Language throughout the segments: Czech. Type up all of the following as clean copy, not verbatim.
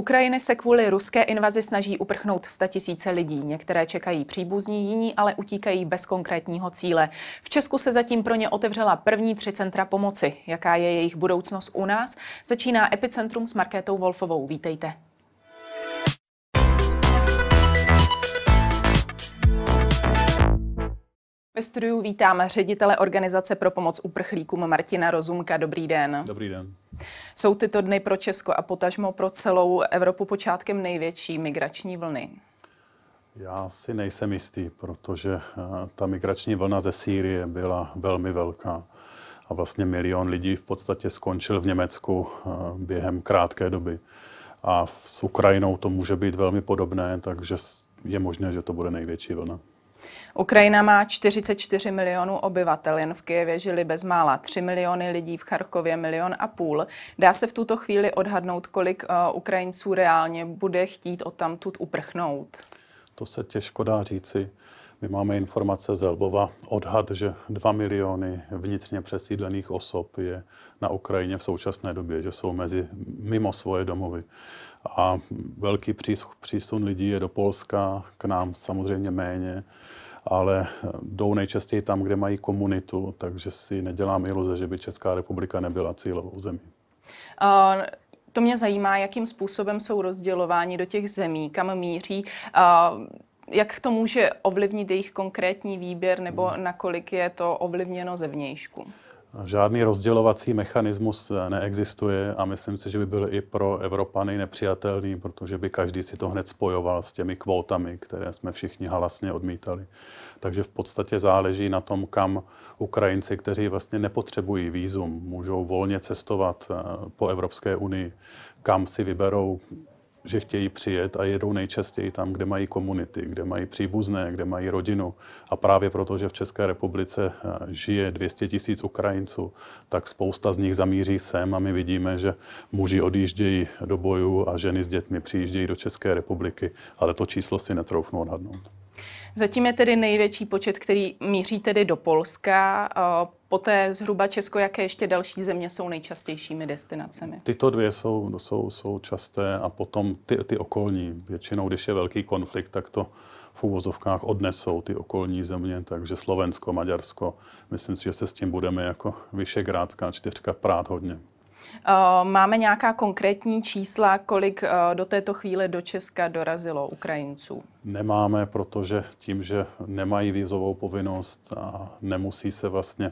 Ukrajiny se kvůli ruské invazi snaží uprchnout 100 000 lidí. Některé čekají příbuzní, jiní ale utíkají bez konkrétního cíle. V Česku se zatím pro ně otevřela první 3 centra pomoci. Jaká je jejich budoucnost u nás? Začíná Epicentrum s Markétou Wolfovou. Vítejte. Ve studiu vítáme ředitele Organizace pro pomoc uprchlíkům Martina Rozumka. Dobrý den. Dobrý den. Jsou tyto dny pro Česko a potažmo pro celou Evropu počátkem největší migrační vlny? Já si nejsem jistý, protože ta migrační vlna ze Sýrie byla velmi velká. A vlastně 1 milion lidí v podstatě skončil v Německu během krátké doby. A s Ukrajinou to může být velmi podobné, takže je možné, že to bude největší vlna. Ukrajina má 44 milionů obyvatel, jen v Kyjevě žili bezmála 3 miliony lidí, v Charkově 1,5 milionu. Dá se v tuto chvíli odhadnout, kolik Ukrajinců reálně bude chtít odtamtud uprchnout? To se těžko dá říci. My máme informace z Lvova, odhad, že 2 miliony vnitřně přesídlených osob je na Ukrajině v současné době, že jsou mimo svoje domovy. A velký přísun lidí je do Polska, k nám samozřejmě méně, ale jdou nejčastěji tam, kde mají komunitu, takže si nedělám iluze, že by Česká republika nebyla cílovou zemí. To mě zajímá, jakým způsobem jsou rozdělováni do těch zemí, kam míří. Jak to může ovlivnit jejich konkrétní výběr, nebo nakolik je to ovlivněno zevnějšku? Žádný rozdělovací mechanismus neexistuje a myslím si, že by byl i pro Evropany nepřijatelný, protože by každý si to hned spojoval s těmi kvótami, které jsme všichni halasně odmítali. Takže v podstatě záleží na tom, kam Ukrajinci, kteří vlastně nepotřebují vízum, můžou volně cestovat po Evropské unii, kam si vyberou, že chtějí přijet, a jedou nejčastěji tam, kde mají komunity, kde mají příbuzné, kde mají rodinu. A právě proto, že v České republice žije 200 000 Ukrajinců, tak spousta z nich zamíří sem a my vidíme, že muži odjíždějí do bojů a ženy s dětmi přijíždějí do České republiky, ale to číslo si netroufnu odhadnout. Zatím je tedy největší počet, který míří tedy do Polska. Poté zhruba Česko, jaké ještě další země jsou nejčastějšími destinacemi? Tyto dvě jsou časté a potom ty okolní. Většinou, když je velký konflikt, tak to v uvozovkách odnesou ty okolní země, takže Slovensko, Maďarsko. Myslím si, že se s tím budeme jako Visegrádská 4 prát hodně. Máme nějaká konkrétní čísla, kolik do této chvíle do Česka dorazilo Ukrajinců? Nemáme, protože tím, že nemají vízovou povinnost a nemusí se vlastně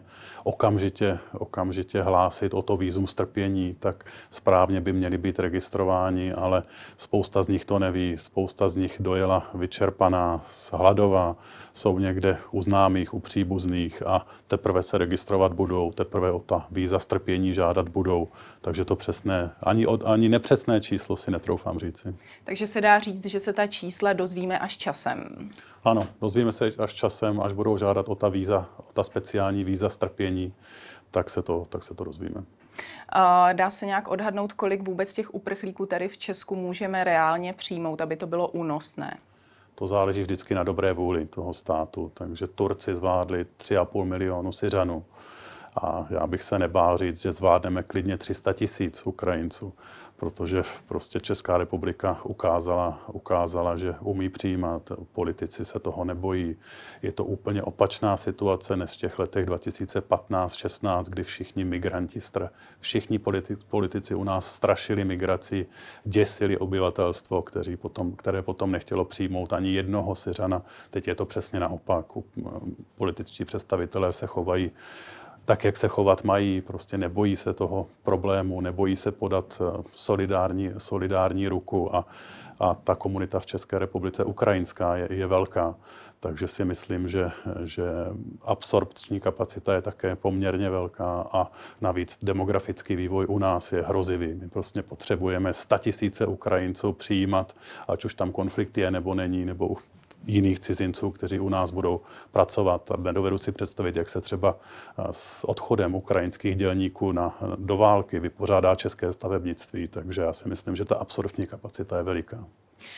okamžitě hlásit o to vízum strpění, tak správně by měli být registrováni, ale spousta z nich to neví, spousta z nich dojela vyčerpaná, hladová, jsou někde u známých, u příbuzných a teprve se registrovat budou, teprve o ta víza strpění žádat budou. Takže to přesné, ani nepřesné číslo si netroufám říci. Takže se dá říct, že se ta čísla dozvíme až časem. Ano, dozvíme se až časem, až budou žádat o ta speciální víza strpění, tak se to dozvíme. Dá se nějak odhadnout, kolik vůbec těch uprchlíků tady v Česku můžeme reálně přijmout, aby to bylo únosné? To záleží vždycky na dobré vůli toho státu. Takže Turci zvládli 3,5 milionu Syřanů. A já bych se nebál říct, že zvládneme klidně 300 000 Ukrajinců, protože prostě Česká republika ukázala, že umí přijímat. Politici se toho nebojí. Je to úplně opačná situace než v těch letech 2015-16, kdy všichni migranti, všichni politici u nás strašili migraci, děsili obyvatelstvo, které potom nechtělo přijmout ani jednoho Syřana. Teď je to přesně naopak. Političtí představitelé se chovají tak, jak se chovat mají, prostě nebojí se toho problému, nebojí se podat solidární ruku a ta komunita v České republice ukrajinská je velká. Takže si myslím, že absorpční kapacita je také poměrně velká a navíc demografický vývoj u nás je hrozivý. My prostě potřebujeme 100 000 Ukrajinců přijímat, ať už tam konflikt je nebo není, nebo jiných cizinců, kteří u nás budou pracovat. A nedovedu si představit, jak se třeba s odchodem ukrajinských dělníků do války vypořádá české stavebnictví. Takže já si myslím, že ta absorpční kapacita je veliká.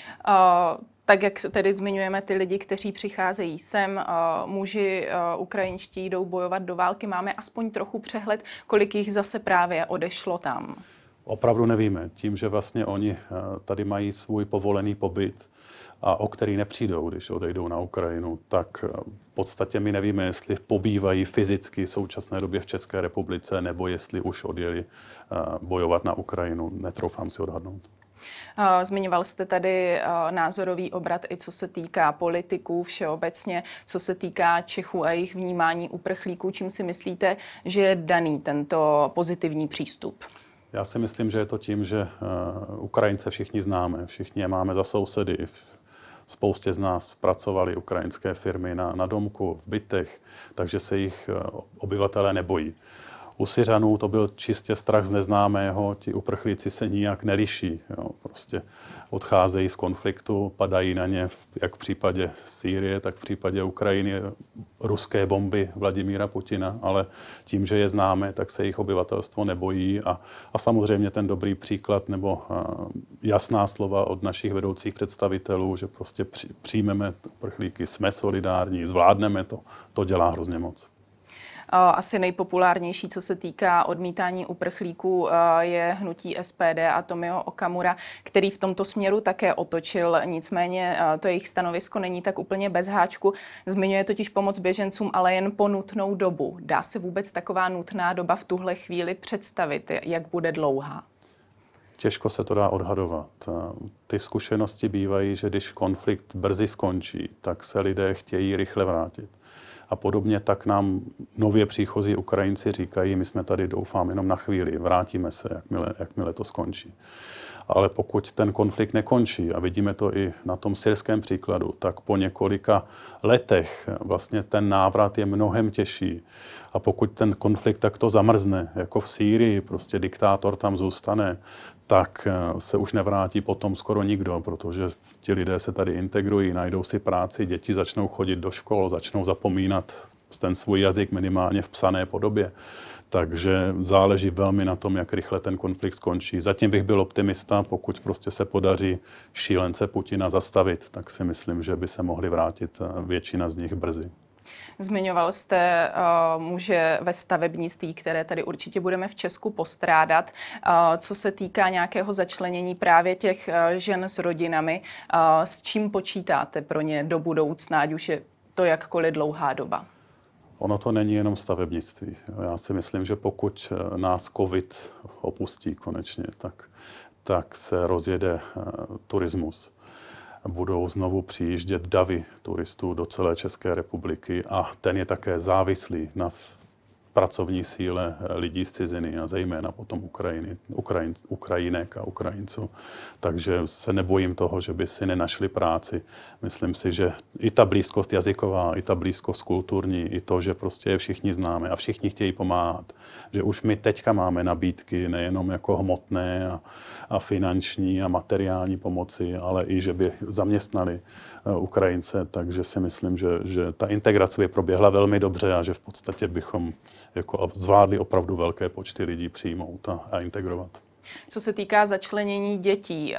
Tak jak tedy zmiňujeme ty lidi, kteří přicházejí sem, muži ukrajinští jdou bojovat do války, máme aspoň trochu přehled, kolik jich zase právě odešlo tam? Opravdu nevíme. Tím, že vlastně oni tady mají svůj povolený pobyt a o který nepřijdou, když odejdou na Ukrajinu, tak v podstatě my nevíme, jestli pobývají fyzicky v současné době v České republice, nebo jestli už odjeli bojovat na Ukrajinu. Netroufám si odhadnout. Zmiňoval jste tady názorový obrat i co se týká politiků všeobecně, co se týká Čechů a jejich vnímání uprchlíků. Čím si myslíte, že je daný tento pozitivní přístup? Já si myslím, že je to tím, že Ukrajince všichni známe, všichni je máme za sousedy. Spoustě z nás pracovali ukrajinské firmy na domku, v bytech, takže se jich obyvatelé nebojí. U Syřanů to byl čistě strach z neznámého, ti uprchlíci se nijak neliší. Jo. Prostě odcházejí z konfliktu, padají na ně, jak v případě Sýrie, tak v případě Ukrajiny, ruské bomby Vladimíra Putina, ale tím, že je známe, tak se jich obyvatelstvo nebojí a samozřejmě ten dobrý příklad nebo jasná slova od našich vedoucích představitelů, že prostě přijmeme uprchlíky, jsme solidární, zvládneme to dělá hrozně moc. Asi nejpopulárnější, co se týká odmítání uprchlíků, je hnutí SPD a Tomio Okamura, který v tomto směru také otočil. Nicméně to jejich stanovisko není tak úplně bez háčku. Zmiňuje totiž pomoc běžencům, ale jen po nutnou dobu. Dá se vůbec taková nutná doba v tuhle chvíli představit, jak bude dlouhá? Těžko se to dá odhadovat. Ty zkušenosti bývají, že když konflikt brzy skončí, tak se lidé chtějí rychle vrátit. A podobně tak nám nově příchozí Ukrajinci říkají, my jsme tady doufám jenom na chvíli, vrátíme se, jakmile to skončí. Ale pokud ten konflikt nekončí, a vidíme to i na tom syrském příkladu, tak po několika letech vlastně ten návrat je mnohem těžší. A pokud ten konflikt takto zamrzne, jako v Sýrii, prostě diktátor tam zůstane, tak se už nevrátí potom skoro nikdo, protože ti lidé se tady integrují, najdou si práci, děti začnou chodit do škol, začnou zapomínat ten svůj jazyk minimálně v psané podobě. Takže záleží velmi na tom, jak rychle ten konflikt skončí. Zatím bych byl optimista, pokud prostě se podaří šílence Putina zastavit, tak si myslím, že by se mohli vrátit většina z nich brzy. Zmiňoval jste muže ve stavebnictví, které tady určitě budeme v Česku postrádat. Co se týká nějakého začlenění právě těch žen s rodinami, s čím počítáte pro ně do budoucna, ať už je to jakkoliv dlouhá doba? Ono to není jenom stavebnictví. Já si myslím, že pokud nás covid opustí konečně, tak se rozjede turismus. Budou znovu přijíždět davy turistů do celé České republiky a ten je také závislý na pracovní síle lidí z ciziny a zejména potom Ukrajinek a Ukrajinců. Takže se nebojím toho, že by si nenašli práci. Myslím si, že i ta blízkost jazyková, i ta blízkost kulturní, i to, že prostě je všichni známe a všichni chtějí pomáhat. Že už my teďka máme nabídky nejenom jako hmotné a finanční a materiální pomoci, ale i, že by zaměstnali Ukrajince. Takže si myslím, že ta integrace by proběhla velmi dobře a že v podstatě bychom jako zvládli opravdu velké počty lidí přijmout a integrovat. Co se týká začlenění dětí,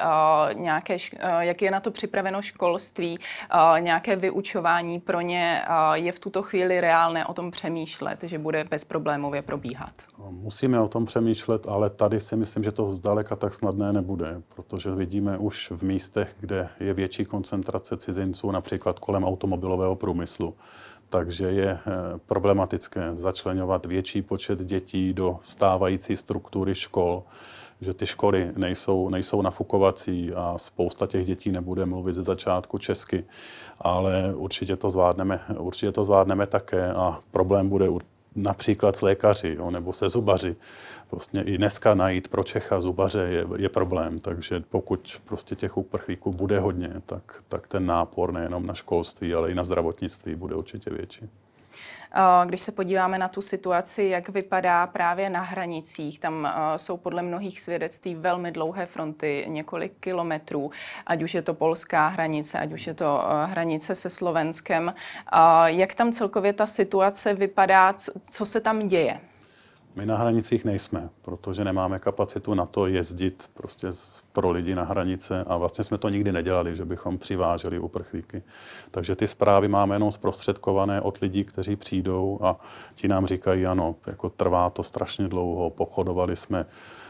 jak je na to připraveno školství, nějaké vyučování pro ně, je v tuto chvíli reálné o tom přemýšlet, že bude bezproblémově probíhat? Musíme o tom přemýšlet, ale tady si myslím, že to zdaleka tak snadné nebude, protože vidíme už v místech, kde je větší koncentrace cizinců, například kolem automobilového průmyslu. Takže je problematické začleňovat větší počet dětí do stávající struktury škol, že ty školy nejsou nafukovací a spousta těch dětí nebude mluvit ze začátku česky, ale určitě to zvládneme také a problém bude například s lékaři nebo se zubaři. Prostě i dneska najít pro Čecha zubaře je problém, takže pokud prostě těch uprchlíků bude hodně, tak ten nápor nejenom na školství, ale i na zdravotnictví bude určitě větší. Když se podíváme na tu situaci, jak vypadá právě na hranicích, tam jsou podle mnohých svědectví velmi dlouhé fronty, několik kilometrů, ať už je to polská hranice, ať už je to hranice se Slovenskem. Jak tam celkově ta situace vypadá, co se tam děje? My na hranicích nejsme, protože nemáme kapacitu na to jezdit prostě pro lidi na hranice a vlastně jsme to nikdy nedělali, že bychom přiváželi uprchlíky. Takže ty zprávy máme jenom zprostředkované od lidí, kteří přijdou a ti nám říkají, ano, jako trvá to strašně dlouho, pochodovali jsme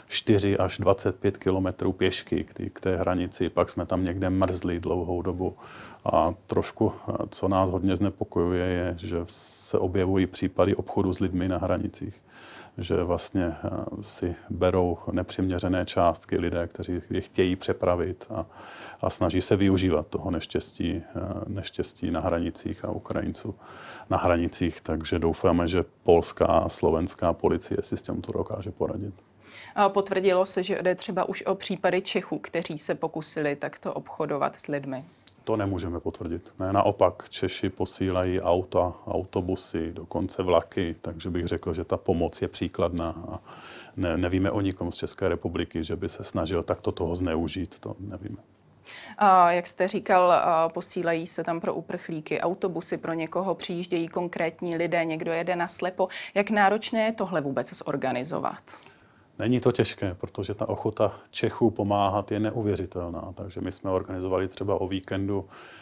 4 až 25 kilometrů pěšky k té hranici, pak jsme tam někde mrzli dlouhou dobu. A trošku, co nás hodně znepokojuje, je, že se objevují případy obchodu s lidmi na hranicích. Že vlastně si berou nepřiměřené částky lidé, kteří je chtějí přepravit a snaží se využívat toho neštěstí na hranicích a Ukrajinců na hranicích. Takže doufáme, že polská a slovenská policie si s tímto dokáže poradit. Potvrdilo se, že jde třeba už o případy Čechů, kteří se pokusili takto obchodovat s lidmi? To nemůžeme potvrdit. Ne, naopak, Češi posílají auta, autobusy, dokonce vlaky, takže bych řekl, že ta pomoc je příkladná a nevíme o nikom z České republiky, že by se snažil takto toho zneužít, to nevíme. Jak jste říkal, posílají se tam pro uprchlíky autobusy, pro někoho přijíždějí konkrétní lidé, někdo jede naslepo. Jak náročné je tohle vůbec zorganizovat? Není to těžké, protože ta ochota Čechů pomáhat je neuvěřitelná. Takže my jsme organizovali třeba o víkendu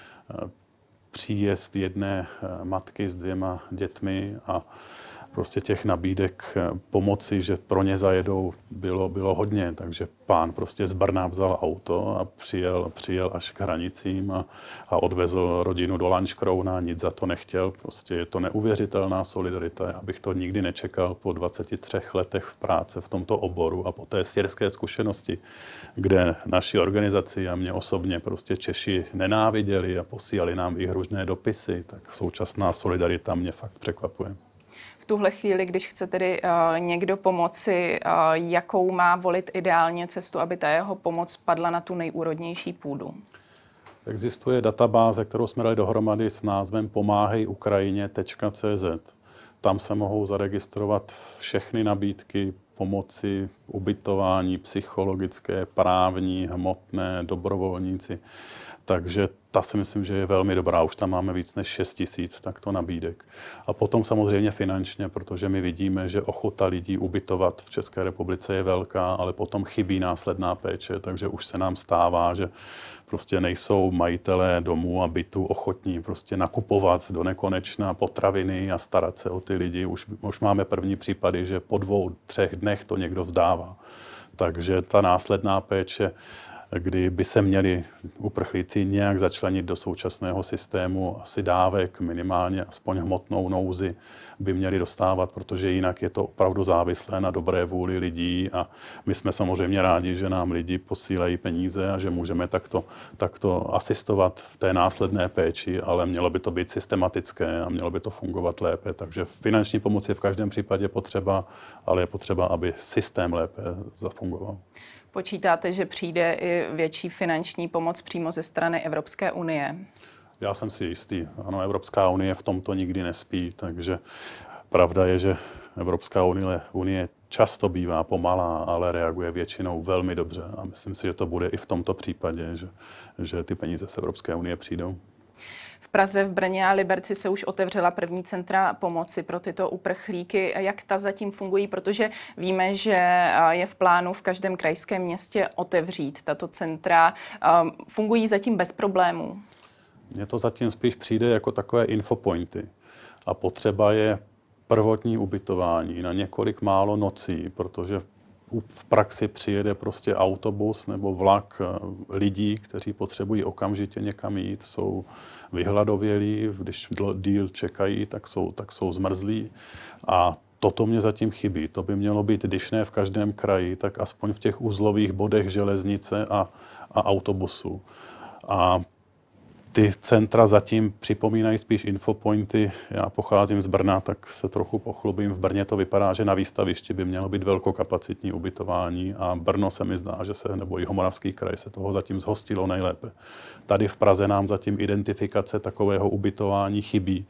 příjezd jedné matky s 2 dětmi a prostě těch nabídek pomoci, že pro ně zajedou, bylo hodně. Takže pán prostě z Brna vzal auto a přijel až k hranicím a odvezl rodinu do Lanškrouna, nic za to nechtěl. Prostě je to neuvěřitelná solidarita. Já bych to nikdy nečekal po 23 letech v práci v tomto oboru a po té syrské zkušenosti, kde naši organizaci a mě osobně prostě Češi nenáviděli a posílali nám i hružné dopisy, tak současná solidarita mě fakt překvapuje. V tuhle chvíli, když chce tedy někdo pomoci, jakou má volit ideálně cestu, aby ta jeho pomoc padla na tu nejúrodnější půdu? Existuje databáze, kterou jsme dali dohromady s názvem pomáhejukrajině.cz. Tam se mohou zaregistrovat všechny nabídky pomoci, ubytování, psychologické, právní, hmotné, dobrovolníci. Takže ta si myslím, že je velmi dobrá. Už tam máme víc než 6 000 takto nabídek. A potom samozřejmě finančně, protože my vidíme, že ochota lidí ubytovat v České republice je velká, ale potom chybí následná péče, takže už se nám stává, že prostě nejsou majitelé domů a bytů ochotní prostě nakupovat do nekonečna potraviny a starat se o ty lidi. Už máme první případy, že po 2, 3 dnech to někdo vzdává. Takže ta následná péče, kdy by se měli uprchlíci nějak začlenit do současného systému, asi dávek, minimálně aspoň hmotnou nouzi by měli dostávat, protože jinak je to opravdu závislé na dobré vůli lidí a my jsme samozřejmě rádi, že nám lidi posílají peníze a že můžeme takto asistovat v té následné péči, ale mělo by to být systematické a mělo by to fungovat lépe. Takže finanční pomoc je v každém případě potřeba, ale je potřeba, aby systém lépe zafungoval. Počítáte, že přijde i větší finanční pomoc přímo ze strany Evropské unie? Já jsem si jistý. Ano, Evropská unie v tomto nikdy nespí, takže pravda je, že Evropská unie často bývá pomalá, ale reaguje většinou velmi dobře. A myslím si, že to bude i v tomto případě, že ty peníze z Evropské unie přijdou. V Praze, v Brně a Liberci se už otevřela první centra pomoci pro tyto uprchlíky. Jak ta zatím fungují? Protože víme, že je v plánu v každém krajském městě otevřít tato centra. Fungují zatím bez problémů? Mně to zatím spíš přijde jako takové infopointy. A potřeba je prvotní ubytování na několik málo nocí, protože v praxi přijede prostě autobus nebo vlak lidí, kteří potřebují okamžitě někam jít, jsou vyhladovělí, když díl čekají, tak jsou zmrzlí. A toto mě zatím chybí. To by mělo být, když ne v každém kraji, tak aspoň v těch uzlových bodech železnice a autobusu. A ty centra zatím připomínají spíš infopointy. Já pocházím z Brna, tak se trochu pochlubím. V Brně to vypadá, že na výstavišti by mělo být velkokapacitní ubytování a Brno se mi zdá, nebo Jihomoravský kraj se toho zatím zhostilo nejlépe. Tady v Praze nám zatím identifikace takového ubytování chybí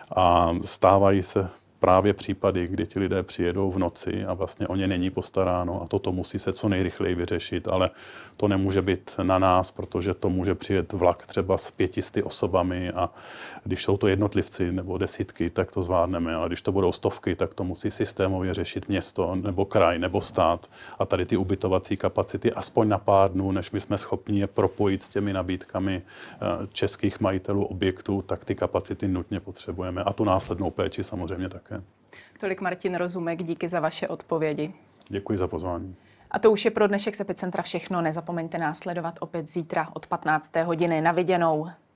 a stávají se právě případy, kdy ti lidé přijedou v noci a vlastně o ně není postaráno a toto musí se co nejrychleji vyřešit, ale to nemůže být na nás, protože to může přijet vlak třeba s 500 osobami a když jsou to jednotlivci nebo desítky, tak to zvládneme, ale když to budou stovky, tak to musí systémově řešit město nebo kraj nebo stát a tady ty ubytovací kapacity aspoň na pár dnů, než my jsme schopni je propojit s těmi nabídkami českých majitelů objektů, tak ty kapacity nutně potřebujeme a tu následnou péči samozřejmě také. Tolik Martin Rozumek, díky za vaše odpovědi. Děkuji za pozvání. A to už je pro dnešek z Epicentra všechno. Nezapomeňte nás sledovat opět zítra od 15. hodiny. Na viděnou.